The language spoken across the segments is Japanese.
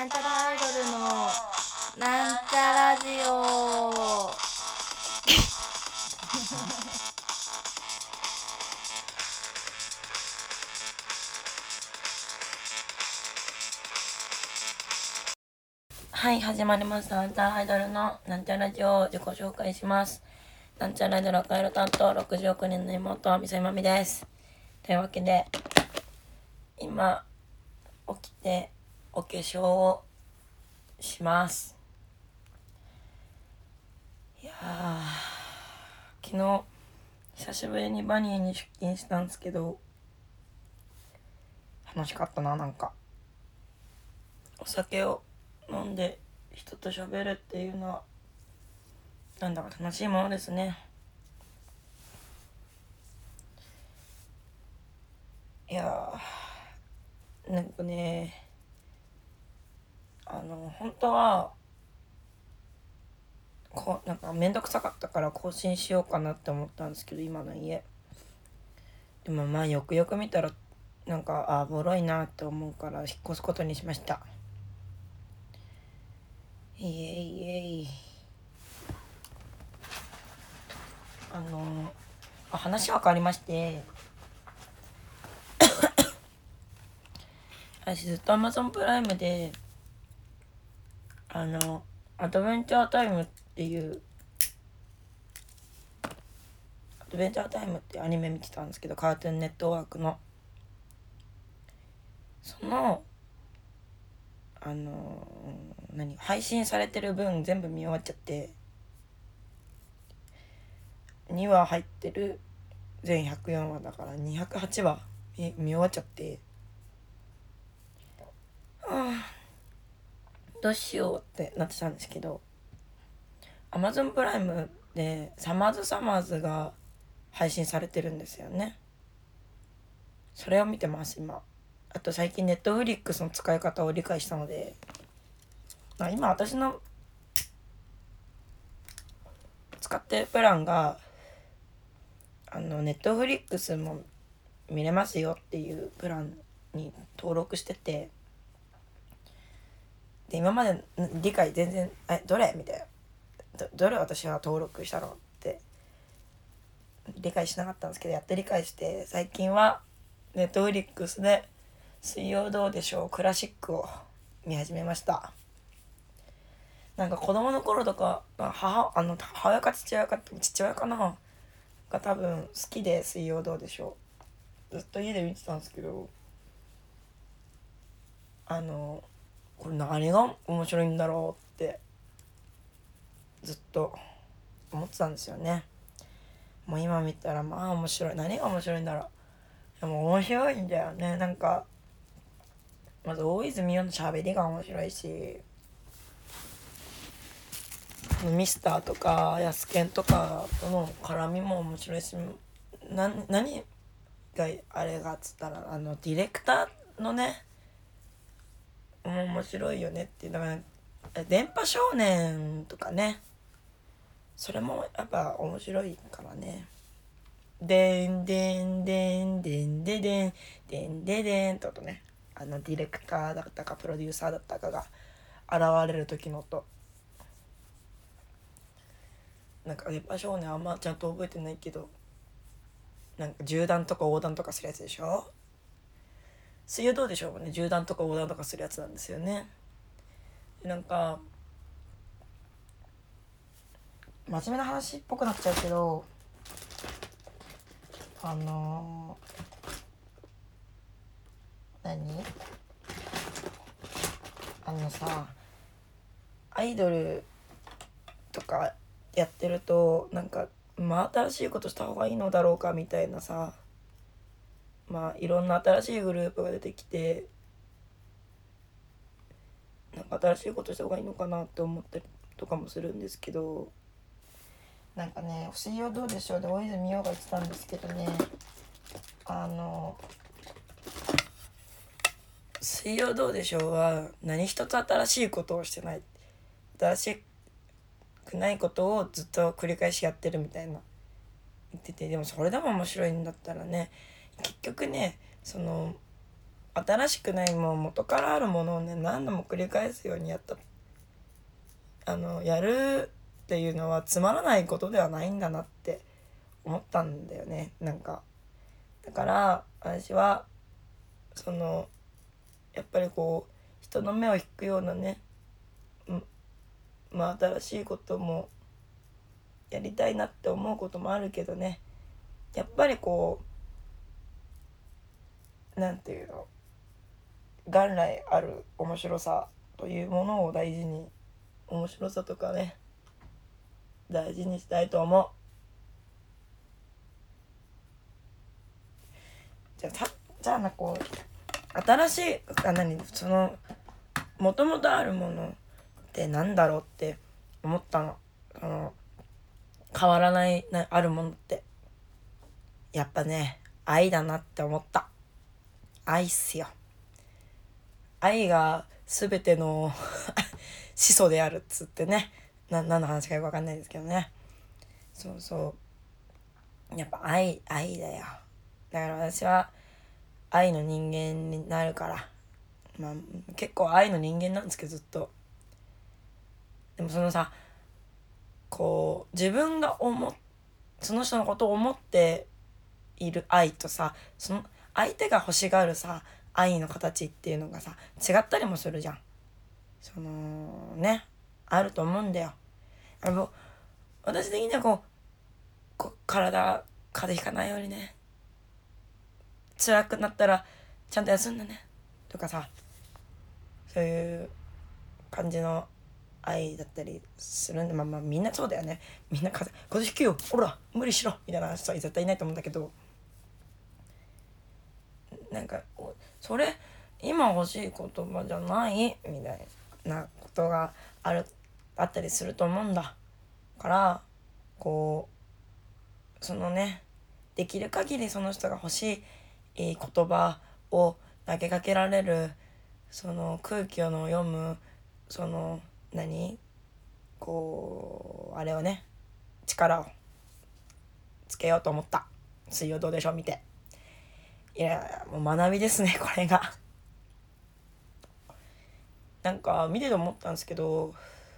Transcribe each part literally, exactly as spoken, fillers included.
んちゃらアイドルのなんちゃラジオはい、始まりました。なんちゃらアイドルのなんちゃラジオを自己紹介します。なんちゃらアイドル赤色担当ろくじゅうおく人の妹みさいまみです。というわけで今起きてお化粧をします。いやー、昨日久しぶりにバニーに出勤したんですけど楽しかったな。なんかお酒を飲んで人と喋るっていうのはなんだか楽しいものですね。いやーなんかねあの本当はこなんかめんどくさかったから更新しようかなって思ったんですけど今の家でもまあよくよく見たらなんかあボロいなって思うから引っ越すことにしました。いえいえいあのあ話は変わりまして私ずっと Amazon プライムであのアドベンチャータイムっていうアドベンチャータイムっていうアニメ見てたんですけどカートゥーンネットワークのそのあのー、何配信されてる分全部見終わっちゃってにわ入ってる全ひゃくよんわだからにひゃくはちわ 見, 見終わっちゃって、はあ、どうしようってなってたんですけど Amazon プライムでサマーズサマーズが配信されてるんですよね。それを見てます今。あと最近 Netflix の使い方を理解したので今私の使ってるプランがあの Netflix も見れますよっていうプランに登録しててで今まで理解全然えどれみたいな ど, どれ私は登録したのって理解しなかったんですけどやって理解して最近は Netflix で水曜どうでしょうクラシックを見始めました。なんか子供の頃とか母あの母親か父親か父親かなが多分好きで水曜どうでしょうずっと家で見てたんですけどあのこれ何が面白いんだろうってずっと思ってたんですよね。もう今見たらまあ面白い何が面白いんだろうでも面白いんだよね。なんかまず大泉洋の喋りが面白いしミスターとかヤスケンとかとの絡みも面白いしな何があれがっつったらあのディレクターのねもう面白いよねっていうだから電波少年とかねそれもやっぱ面白いからね。でんでんでんでんででんでんででんととねあのディレクターだったかプロデューサーだったかが現れる時の音なんか電波少年あんまちゃんと覚えてないけどなんか縦断とか横断とかするやつでしょ。水曜どうでしょうもね縦断とか横断とかするやつなんですよね。なんか真面目な話っぽくなっちゃうけどあのー、何あのさアイドルとかやってるとなんかまあ新しいことした方がいいのだろうかみたいなさまあいろんな新しいグループが出てきてなんか新しいことした方がいいのかなって思ったりとかもするんですけどなんかね水曜どうでしょうで大泉洋が言ってたんですけどねあの水曜どうでしょうは何一つ新しいことをしてない新しくないことをずっと繰り返しやってるみたいな言っててでもそれでも面白いんだったらね結局ねその新しくないもう元からあるものをね何度も繰り返すようにやったあのやるっていうのはつまらないことではないんだなって思ったんだよね。なんかだから私はそのやっぱりこう人の目を引くようなね、うん、まあ新しいこともやりたいなって思うこともあるけどね、やっぱりこうなんていうの元来ある面白さというものを大事に面白さとかね大事にしたいと思う。じゃあたじゃあなこう新しいあ何そのもともとあるものってなんだろうって思ったの。あの変わらないなあるものってやっぱね愛だなって思った。愛っすよ。愛が全ての始祖であるっつってね、な何の話かよく分かんないですけどね。そうそうやっぱ愛愛だよ。だから私は愛の人間になるから、まあ結構愛の人間なんですけどずっと。でもそのさこう自分が思その人のことを思っている愛とさその相手が欲しがるさ愛の形っていうのがさ違ったりもするじゃん。そのねあると思うんだよ。あの私的にはこうこ体風邪ひかないようにね辛くなったらちゃんと休んでねとかさそういう感じの愛だったりするんで、まあまあみんなそうだよね。みんな風邪ひくよほら無理しろみたいな人は絶対いないと思うんだけど、なんかそれ今欲しい言葉じゃないみたいなことがあるあったりすると思うんだからこうそのねできる限りその人が欲しい言葉を投げかけられるその空気を読むその何こうあれをね力をつけようと思った。水曜どうでしょう見て。いやもう学びですねこれが。なんか見てて思ったんですけど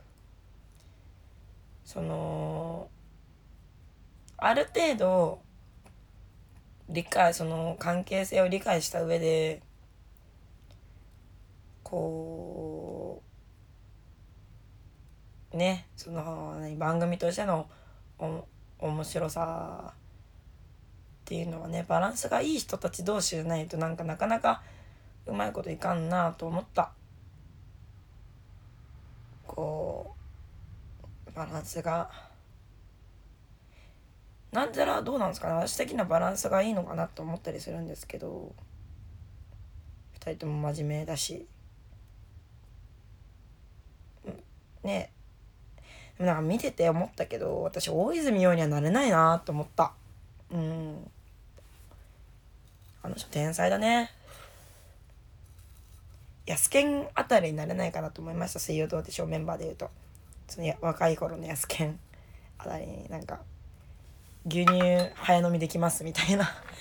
そのある程度理解その関係性を理解した上でこうねその番組としてのお面白さっていうのはねバランスがいい人たち同士じゃないとなんかなかなかうまいこといかんなと思った。こうバランスがなんじゃらどうなんですかね。私的なバランスがいいのかなと思ったりするんですけどふたりとも真面目だしね。でもなんか見てて思ったけど私大泉洋にはなれないなと思った。うんあの人天才だね。ヤスケンあたりになれないかなと思いました。水曜どうでしょうメンバーでいうとその若い頃のヤスケンあたりになんか牛乳早飲みできますみたいな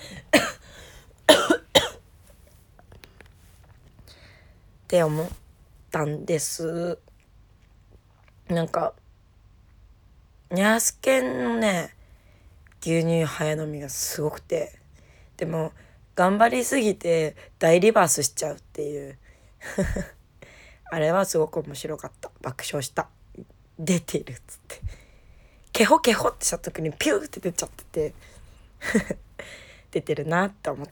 って思ったんです。なんかヤスケンのね牛乳早飲みがすごくてでも頑張りすぎて大リバースしちゃうっていうあれはすごく面白かった。爆笑した。出てるっつってケホケホってした時にピューって出ちゃってて出てるなって思った。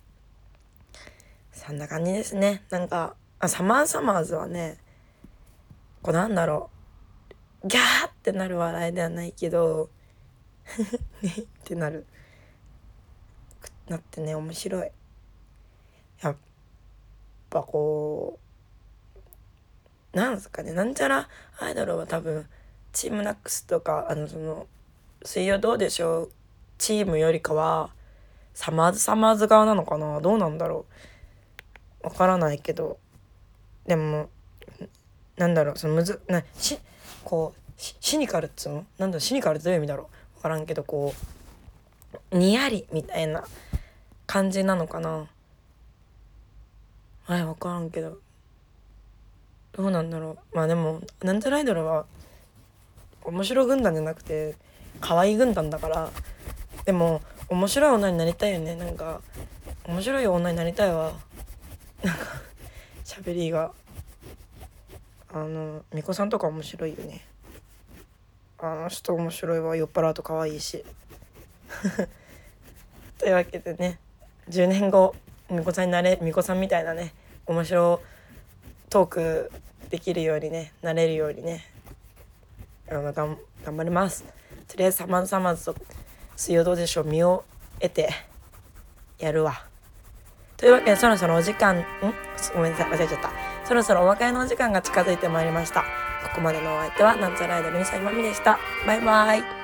そんな感じですね。なんかあサマーサマーズはねこうなんだろうギャーってなる笑いではないけどねってなるなってね面白い。やっぱこうなんですかねなんちゃらアイドルは多分チームナックスとかあのその水曜どうでしょうチームよりかはサマーズサマーズ側なのかなどうなんだろうわからないけどでもなんだろうそのむずなしこうシニカルっつうのなんだろうシニカルってどういう意味だろうわからんけどこうにやりみたいな感じなのかなはい分からんけどどうなんだろう。まあでもなんちゃらアイドルは面白軍団じゃなくて可愛い軍団だから。でも面白い女になりたいよね。なんか面白い女になりたいわ。なんか喋りがあのみこさんとか面白いよね。あの人面白いわ。酔っ払うと可愛いしというわけでね、じゅうねんごみこさんになれみこさんみたいなね面白トークできるようにねなれるようにねあのがん頑張ります。とりあえずサマンサマーズと水曜どうでしょう身を得てやるわ。というわけでそろそろお時間んごめんなさい忘れちゃった。そろそろお別れのお時間が近づいてまいりました。ここまでのお相手はなんちゃらアイドルみさいまみでした。バイバイ。